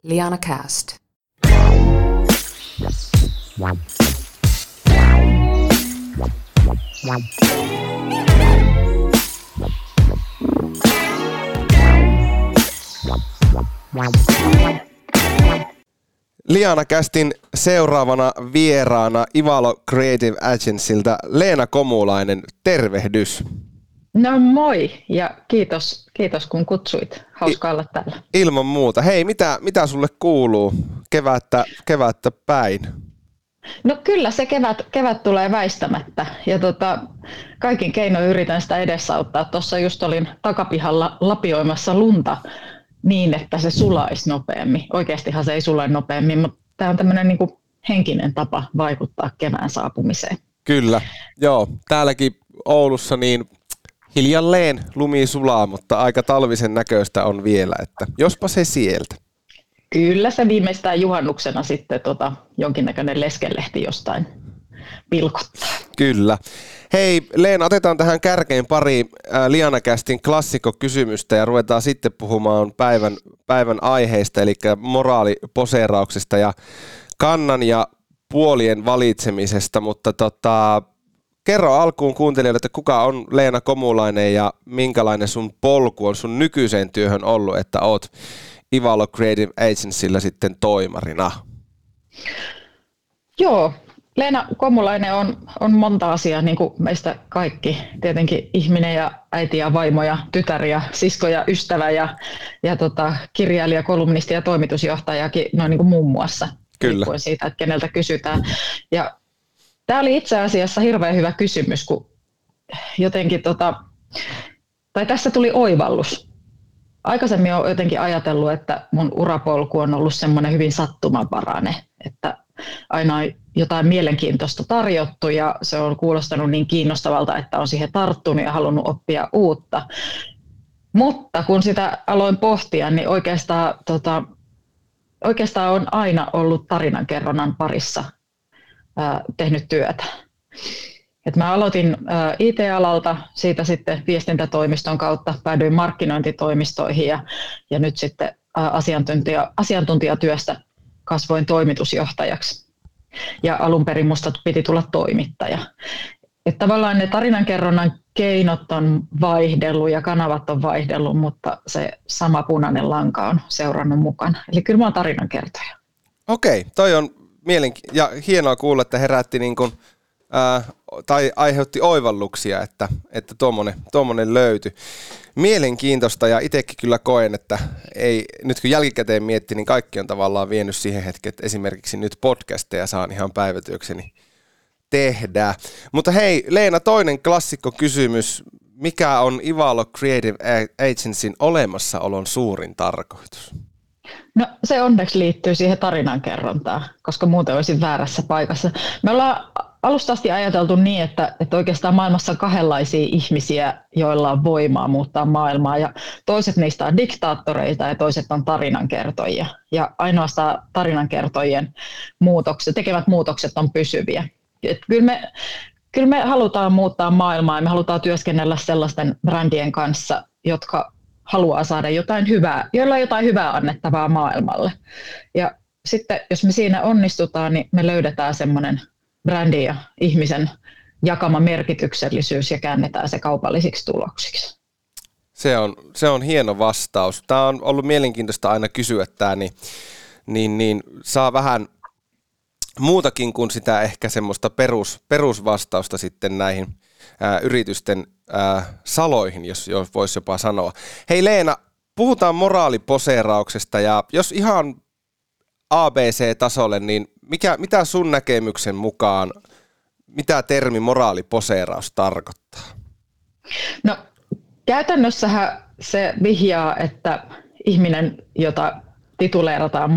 Liana Cast. Liana Castin seuraavana vieraana Ivalo Creative Agencyltä Leena Komulainen, tervehdys. No moi ja kiitos kun kutsuit. Hauska olla täällä. Ilman muuta. Hei, mitä sulle kuuluu kevättä päin? No kyllä se kevät tulee väistämättä ja kaikin keinoin yritän sitä edesauttaa. Tuossa just olin takapihalla lapioimassa lunta niin, että se sulaisi nopeammin. Oikeastihan se ei sula nopeammin, mutta tämä on tämmöinen niin kuin henkinen tapa vaikuttaa kevään saapumiseen. Kyllä, joo. Täälläkin Oulussa niin hiljalleen lumi sulaa, mutta aika talvisen näköistä on vielä, että jospa se sieltä. Kyllä se viimeistään juhannuksena sitten jonkinnäköinen leskelehti jostain pilkottaa. Kyllä. Hei Leena, otetaan tähän kärkeen pari Liana Castin klassikkokysymystä ja ruvetaan sitten puhumaan päivän aiheista, eli moraaliposeerauksesta ja kannan ja puolien valitsemisesta, mutta kerro alkuun kuuntelijoille, että kuka on Leena Komulainen ja minkälainen sun polku on sun nykyiseen työhön ollut, että oot Ivalo Creative Agencyllä sitten toimarina? Joo, Leena Komulainen on monta asiaa, niin kuin meistä kaikki. Tietenkin ihminen ja äiti ja vaimo ja tytär ja sisko ja ystävä ja kirjailija, kolumnisti ja toimitusjohtajakin, noin niin kuin muun muassa. Kyllä. Riippuen siitä, että keneltä kysytään. Ja tämä oli itse asiassa hirveän hyvä kysymys, kun jotenkin tai tässä tuli oivallus. Aikaisemmin olen jotenkin ajatellut, että mun urapolku on ollut semmoinen hyvin sattumanvarainen, että aina on jotain mielenkiintoista tarjottu ja se on kuulostanut niin kiinnostavalta, että on siihen tarttunut ja halunnut oppia uutta. Mutta kun sitä aloin pohtia, niin oikeastaan on aina ollut tarinankerronnan parissa tehnyt työtä. Et mä aloitin IT-alalta, siitä sitten viestintätoimiston kautta päädyin markkinointitoimistoihin ja nyt sitten asiantuntijatyöstä kasvoin toimitusjohtajaksi. Ja alun perin musta piti tulla toimittaja. Että tavallaan ne tarinankerronnan keinot on vaihdellut ja kanavat on vaihdellut, mutta se sama punainen lanka on seurannut mukana. Eli kyllä mä oon tarinankertoja. Okei, toi on ja hienoa kuulla, että herätti niin kuin tai aiheutti oivalluksia, että tuommoinen löytyi. Mielenkiintoista ja itsekin kyllä koen, että nyt kun jälkikäteen miettii, niin kaikki on tavallaan vienyt siihen hetkeen, että esimerkiksi nyt podcasteja saan ihan päivätyökseni tehdä. Mutta hei Leena, toinen klassikkokysymys. Mikä on Ivalo Creative Agencyn olemassaolon suurin tarkoitus? No se onneksi liittyy siihen tarinankerrontaan, koska muuten olisin väärässä paikassa. Me ollaan alusta asti ajateltu niin, että oikeastaan maailmassa on kahdenlaisia ihmisiä, joilla on voimaa muuttaa maailmaa. Ja toiset niistä on diktaattoreita ja toiset on tarinankertojia. Ja ainoastaan tarinankertojien tekemät muutokset on pysyviä. Kyllä me halutaan muuttaa maailmaa ja me halutaan työskennellä sellaisten brändien kanssa, jotka haluaa saada jotain hyvää, joilla on jotain hyvää annettavaa maailmalle. Ja sitten jos me siinä onnistutaan, niin me löydetään semmoinen brändin ja ihmisen jakama merkityksellisyys ja käännetään se kaupallisiksi tuloksiksi. Se on hieno vastaus. Tämä on ollut mielenkiintoista aina kysyä tämä, niin saa vähän muutakin kuin sitä ehkä semmoista perusvastausta sitten näihin yritysten saloihin, jos voisi jopa sanoa. Hei Leena, puhutaan moraaliposeerauksesta ja jos ihan ABC-tasolle, niin mitä sun näkemyksen mukaan, mitä termi moraaliposeeraus tarkoittaa? No käytännössähän se vihjaa, että ihminen, jota tituleerataan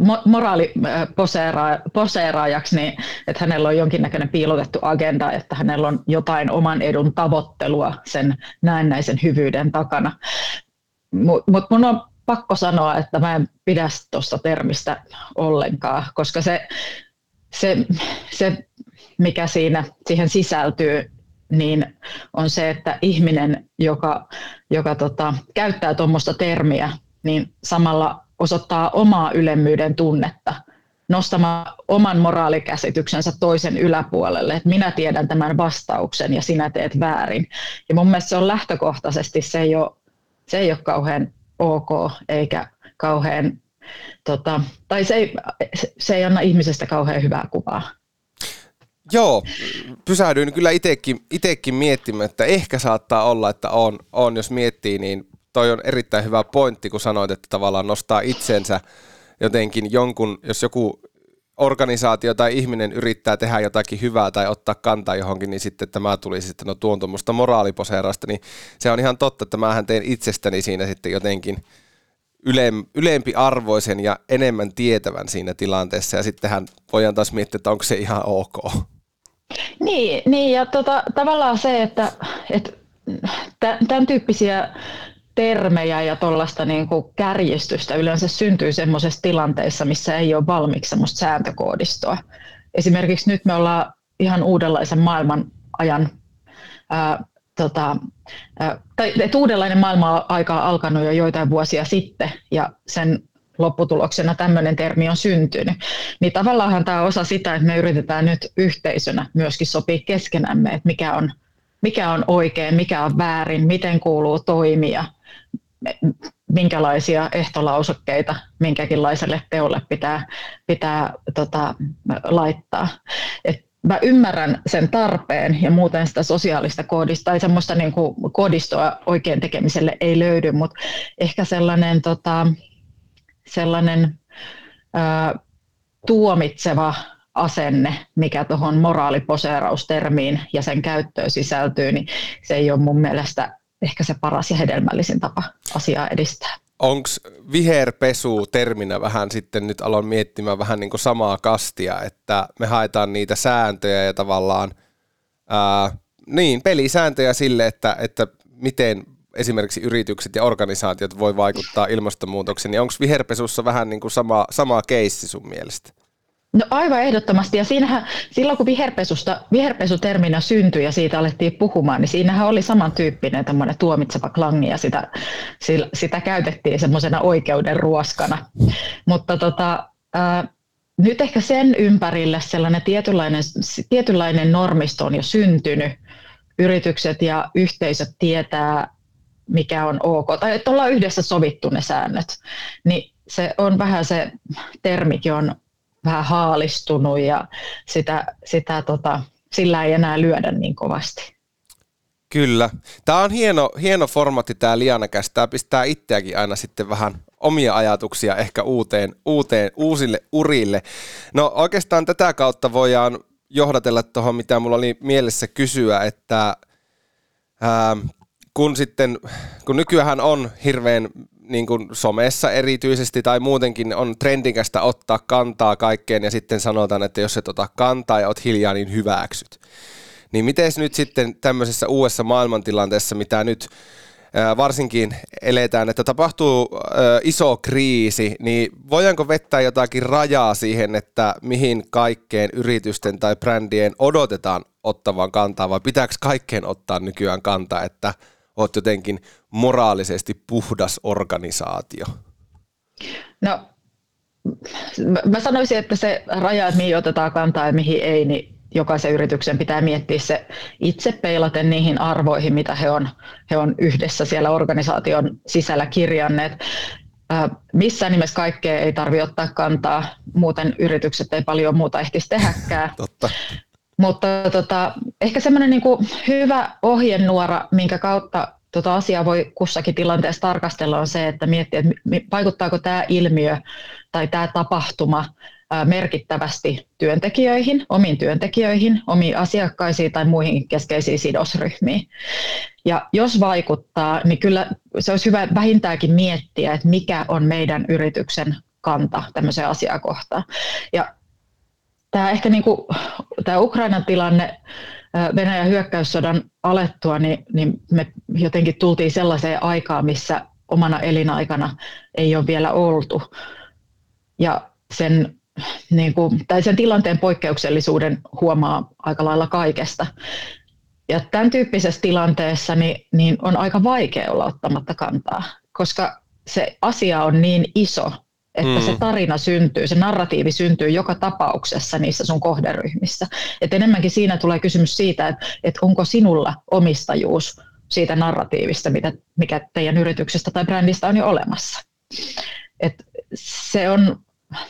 moraaliposeeraajaksi, niin että hänellä on jonkinnäköinen piilotettu agenda, että hänellä on jotain oman edun tavoittelua sen näennäisen hyvyyden takana. Mutta mun on pakko sanoa, että mä en pidä tuosta termistä ollenkaan, koska se mikä siihen sisältyy, niin on se, että ihminen, joka käyttää tuommoista termiä, niin samalla osoittaa omaa ylemmyyden tunnetta, nostamaan oman moraalikäsityksensä toisen yläpuolelle, että minä tiedän tämän vastauksen ja sinä teet väärin. Ja mun mielestä se on lähtökohtaisesti, se ei ole kauhean ok, eikä kauhean, tai se ei anna ihmisestä kauhean hyvää kuvaa. Joo, pysähdyin kyllä itsekin miettimään, että ehkä saattaa olla, että on, jos miettii, niin toi on erittäin hyvä pointti, kun sanoit, että tavallaan nostaa itsensä jotenkin jos joku organisaatio tai ihminen yrittää tehdä jotakin hyvää tai ottaa kantaa johonkin, niin sitten tämä tuli sitten, no tuon tuommoista moraaliposeerasta, niin se on ihan totta, että mähän teen itsestäni siinä sitten jotenkin ylempiarvoisen ja enemmän tietävän siinä tilanteessa, ja sittenhän voidaan taas miettiä, että onko se ihan ok. Niin ja tavallaan se, että tämän tyyppisiä termejä ja tuollaista niinku kärjistystä yleensä syntyy semmoisessa tilanteissa, missä ei ole valmiiksi semmoista sääntökoodistoa. Esimerkiksi nyt me ollaan ihan uudenlaisen maailman ajan, uudenlainen maailman-aika on alkanut jo joitain vuosia sitten, ja sen lopputuloksena tämmöinen termi on syntynyt. Niin tavallaanhan tämä on osa sitä, että me yritetään nyt yhteisönä myöskin sopia keskenämme, että mikä on oikein, mikä on väärin, miten kuuluu toimia, minkälaisia ehtolausukkeita minkäkinlaiselle teolle pitää laittaa. Mä ymmärrän sen tarpeen ja muuten sitä sosiaalista koodista tai semmoista niin kuin koodistoa oikein tekemiselle ei löydy, mutta ehkä sellainen tuomitseva asenne, mikä tuohon moraaliposeeraustermiin ja sen käyttöön sisältyy, niin se ei ole mun mielestä ehkä se paras ja hedelmällisin tapa asiaa edistää. Onko viherpesu terminä vähän sitten, nyt aloin miettimään vähän niin kuin samaa kastia, että me haetaan niitä sääntöjä ja tavallaan pelisääntöjä sille, että miten esimerkiksi yritykset ja organisaatiot voi vaikuttaa ilmastonmuutokseen, niin onko viherpesussa vähän niin kuin sama keissi sun mielestä? No aivan ehdottomasti, ja silloin kun viherpesuterminä syntyi ja siitä alettiin puhumaan, niin siinähän oli samantyyppinen tämmöinen tuomitseva klangi ja sitä käytettiin semmoisena oikeuden ruoskana. Mutta nyt ehkä sen ympärille sellainen tietynlainen normisto on jo syntynyt. Yritykset ja yhteisöt tietää, mikä on ok, tai että ollaan yhdessä sovittu ne säännöt, niin se on vähän se termikin on vähän haalistunut ja sillä ei enää lyödä niin kovasti. Kyllä. Tämä on hieno formaatti tämä Lianakäs. Tämä pistää itseäkin aina sitten vähän omia ajatuksia ehkä uusille urille. No oikeastaan tätä kautta voidaan johdatella tuohon, mitä mulla oli mielessä kysyä, että kun nykyään on hirveän niin kuin somessa erityisesti tai muutenkin on trendikästä ottaa kantaa kaikkeen ja sitten sanotaan, että jos et ota kantaa ja oot hiljaa, niin hyväksyt. Niin miten nyt sitten tämmöisessä uudessa maailmantilanteessa, mitä nyt varsinkin eletään, että tapahtuu iso kriisi, niin voidaanko vettää jotakin rajaa siihen, että mihin kaikkeen yritysten tai brändien odotetaan ottavan kantaa, vai pitääkö kaikkeen ottaa nykyään kantaa, että olet jotenkin moraalisesti puhdas organisaatio? No, mä sanoisin, että se raja, että mihin otetaan kantaa ja mihin ei, niin jokaisen yrityksen pitää miettiä se itse peilaten niihin arvoihin, mitä he on yhdessä siellä organisaation sisällä kirjanneet. Missään nimessä kaikkea ei tarvitse ottaa kantaa, muuten yritykset ei paljon muuta ehtisi tehdäkään. Totta. Mutta ehkä semmoinen niin kuin hyvä ohjenuora, minkä kautta asiaa voi kussakin tilanteessa tarkastella, on se, että miettii, että vaikuttaako tämä ilmiö tai tämä tapahtuma merkittävästi omiin työntekijöihin, omiin asiakkaisiin tai muihin keskeisiin sidosryhmiin. Ja jos vaikuttaa, niin kyllä se olisi hyvä vähintäänkin miettiä, että mikä on meidän yrityksen kanta tämmöiseen asiakohtaan. Ja tämä ehkä niin kuin, tämä Ukrainan tilanne Venäjän hyökkäyssodan alettua, niin me jotenkin tultiin sellaiseen aikaan, missä omana elinaikana ei ole vielä oltu. Ja sen tilanteen poikkeuksellisuuden huomaa aika lailla kaikesta. Ja tämän tyyppisessä tilanteessa niin on aika vaikea olla ottamatta kantaa, koska se asia on niin iso että se tarina syntyy, se narratiivi syntyy joka tapauksessa niissä sun kohderyhmissä. Et enemmänkin siinä tulee kysymys siitä, että onko sinulla omistajuus siitä narratiivista, mikä teidän yrityksestä tai brändistä on jo olemassa. Et se on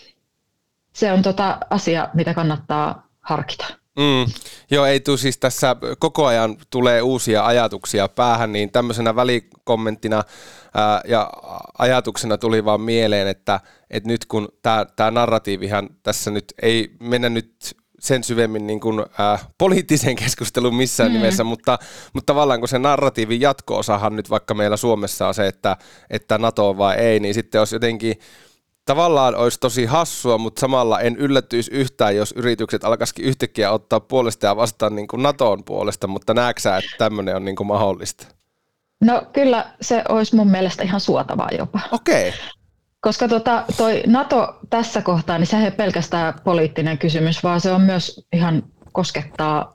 asia, mitä kannattaa harkita. Joo, ei tule siis tässä koko ajan tulee uusia ajatuksia päähän, niin tämmöisenä välikommenttina ja ajatuksena tuli vaan mieleen, että nyt kun tämä narratiivihan tässä nyt ei mennä nyt sen syvemmin niin kuin, poliittiseen keskusteluun missään nimessä, mutta tavallaan kun se narratiivin jatko-osahan nyt vaikka meillä Suomessa on se, että NATO vai ei, niin sitten olisi jotenkin tavallaan olisi tosi hassua, mutta samalla en yllättyisi yhtään, jos yritykset alkaisikin yhtäkkiä ottaa puolesta ja vastaan niin kuin NATOn puolesta, mutta näetkö sä, että tämmöinen on niin kuin mahdollista? No kyllä se olisi mun mielestä ihan suotavaa jopa. Okei. Koska toi NATO tässä kohtaa, niin sehän ei pelkästään poliittinen kysymys, vaan se on myös ihan koskettaa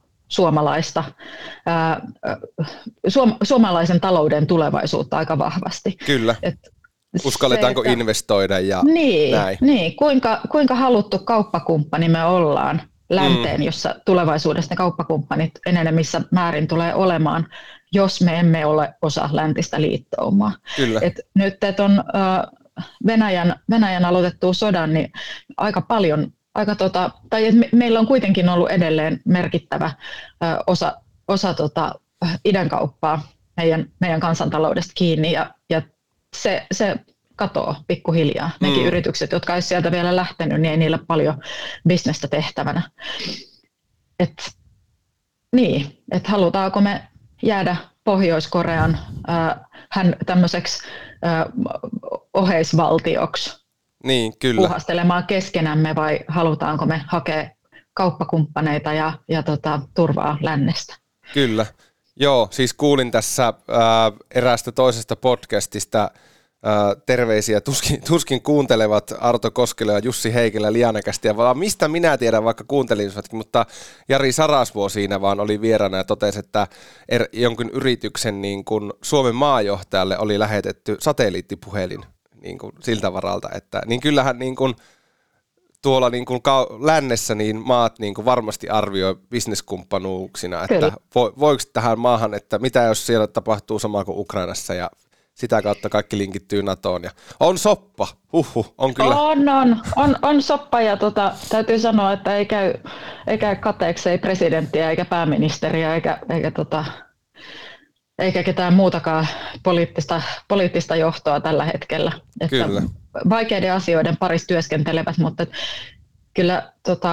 suomalaisen talouden tulevaisuutta aika vahvasti. Kyllä. Uskalletaanko investoida ja näin? Niin, kuinka haluttu kauppakumppani me ollaan länteen, jossa tulevaisuudessa ne kauppakumppanit enenevissä määrin tulee olemaan, jos me emme ole osa läntistä liittoumaa. Kyllä. Nyt on Venäjän aloitettua sodan, niin aika paljon, meillä on kuitenkin ollut edelleen merkittävä osa idänkauppaa meidän kansantaloudesta kiinni, ja se katoo pikkuhiljaa. Nekin yritykset, jotka olisivat sieltä vielä lähtenyt, niin ei niillä paljon bisnestä tehtävänä. Että halutaanko me jäädä Pohjois-Korean tämmöiseksi oheisvaltioksi puhastelemaan keskenämme, vai halutaanko me hakea kauppakumppaneita ja turvaa lännestä? Kyllä. Joo, siis kuulin tässä eräästä toisesta podcastista terveisiä tuskin kuuntelevat Arto Koskelo ja Jussi Heikelä Lianäkästi, ja vaan mistä minä tiedän, vaikka kuuntelisivatkin, mutta Jari Sarasvuo siinä vaan oli vieraana ja totesi, että jonkin yrityksen niin kuin Suomen maajohtajalle oli lähetetty satelliittipuhelin niin kuin siltä varalta, että niin kyllähän niin kuin tuolla niin kuin lännessä niin maat niin kuin varmasti arvioi bisneskumppanuuksina, että voiko tähän maahan, että mitä jos siellä tapahtuu samaa kuin Ukrainassa ja sitä kautta kaikki linkittyy NATOon. Ja on soppa, on kyllä. On soppa, ja täytyy sanoa, että ei käy kateeksi ei presidenttiä eikä pääministeriä eikä ketään muutakaan poliittista johtoa tällä hetkellä. Kyllä. Että vaikeiden asioiden parissa työskentelevät, mutta kyllä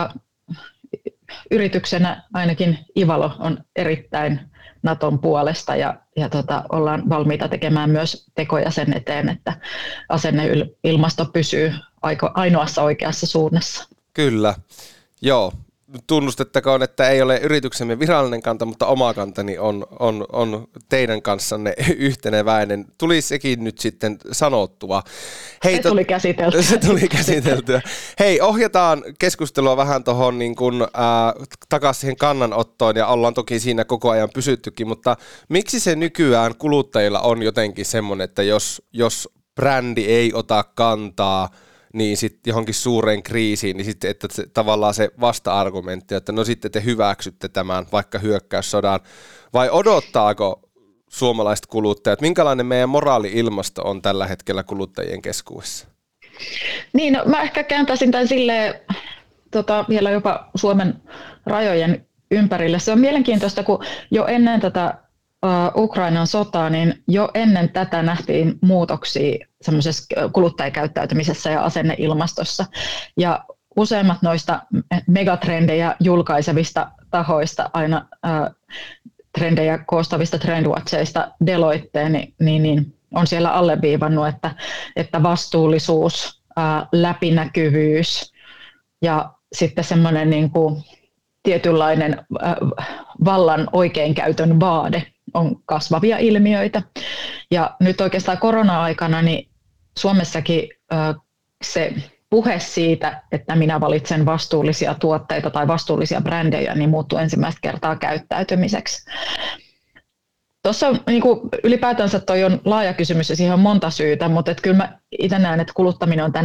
yrityksenä ainakin Ivalo on erittäin NATOn puolesta, ja ollaan valmiita tekemään myös tekoja sen eteen, että asenneilmasto pysyy ainoassa oikeassa suunnassa. Kyllä, joo. Tunnustettakoon, että ei ole yrityksemme virallinen kanta, mutta oma kantani on teidän kanssanne yhteneväinen. Tuli sekin nyt sitten sanottua. Se tuli käsiteltyä. Se tuli käsiteltyä. Hei, ohjataan keskustelua vähän tuohon niin takaisin siihen kannanottoon, ja ollaan toki siinä koko ajan pysyttykin, mutta miksi se nykyään kuluttajilla on jotenkin semmoinen, että jos brändi ei ota kantaa niin sitten johonkin suureen kriisiin, niin sitten että tavallaan se vasta-argumentti, että no sitten te hyväksytte tämän vaikka hyökkäyssodan, vai odottaako suomalaiset kuluttajat, minkälainen meidän moraali-ilmasto on tällä hetkellä kuluttajien keskuudessa? Niin, no, mä ehkä kääntäisin tämän silleen vielä jopa Suomen rajojen ympärille. Se on mielenkiintoista, kun jo ennen tätä Ukrainan sotaa, niin jo ennen tätä nähtiin muutoksia semmoisessa kuluttajakäyttäytymisessä ja asenneilmastossa. Ja useimmat noista megatrendejä julkaisevista tahoista, aina trendejä koostavista trendwatcheista Deloitte, niin on siellä alleviivannut, että vastuullisuus, läpinäkyvyys ja sitten semmoinen niin kuin tietynlainen vallan oikeinkäytön vaade on kasvavia ilmiöitä. Ja nyt oikeastaan korona-aikana niin Suomessakin se puhe siitä, että minä valitsen vastuullisia tuotteita tai vastuullisia brändejä, niin muuttuu ensimmäistä kertaa käyttäytymiseksi. Tuossa on, niin kuin ylipäätänsä toi on laaja kysymys ja siihen on monta syytä, mutta kyllä mä itse näen, että kuluttaminen on tänä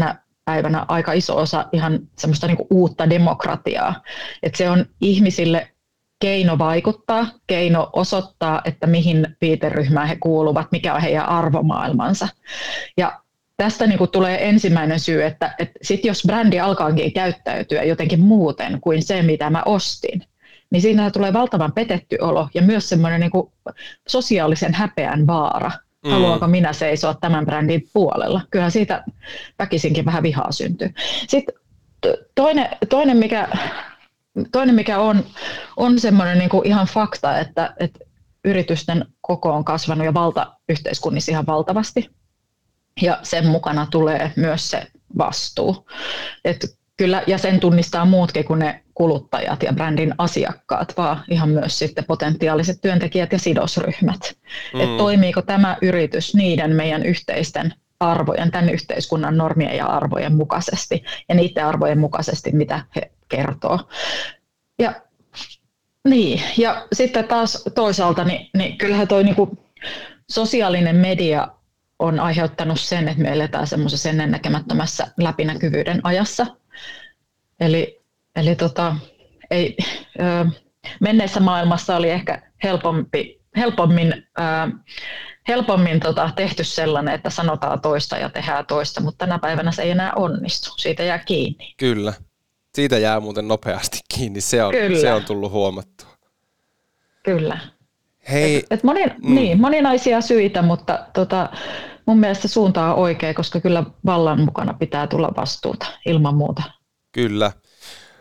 päivänä aika iso osa ihan semmoista niin kuin uutta demokratiaa. Että se on ihmisille keino vaikuttaa, keino osoittaa, että mihin viiteryhmään he kuuluvat, mikä on heidän arvomaailmansa. Ja tästä niin kuin tulee ensimmäinen syy, että sit jos brändi alkaakin käyttäytyä jotenkin muuten kuin se, mitä mä ostin, niin siinä tulee valtavan petetty olo ja myös semmoinen niin kuin sosiaalisen häpeän vaara. Haluanko minä seisoa tämän brändin puolella? Kyllähän siitä väkisinkin vähän vihaa syntyy. Sitten toinen mikä on semmoinen niin kuin ihan fakta, että yritysten koko on kasvanut ja valta yhteiskunnissa ihan valtavasti. Ja sen mukana tulee myös se vastuu. Kyllä, ja sen tunnistaa muutkin kuin ne kuluttajat ja brändin asiakkaat, vaan ihan myös sitten potentiaaliset työntekijät ja sidosryhmät. Että toimiiko tämä yritys niiden meidän yhteisten arvojen, tämän yhteiskunnan normien ja arvojen mukaisesti ja niiden arvojen mukaisesti, mitä he kertoo. Ja sitten taas toisaalta, niin kyllähän toi niinku sosiaalinen media on aiheuttanut sen, että me eletään semmoisessa ennennäkemättömässä läpinäkyvyyden ajassa. Eli menneessä maailmassa oli ehkä helpommin tehty sellainen, että sanotaan toista ja tehdään toista, mutta tänä päivänä se ei enää onnistu. Siitä jää kiinni. Kyllä. Siitä jää muuten nopeasti kiinni. Se on tullut huomattua. Kyllä. Hei. Moninaisia syitä, mutta mun mielestä suunta on oikea, koska kyllä vallan mukana pitää tulla vastuuta ilman muuta. Kyllä.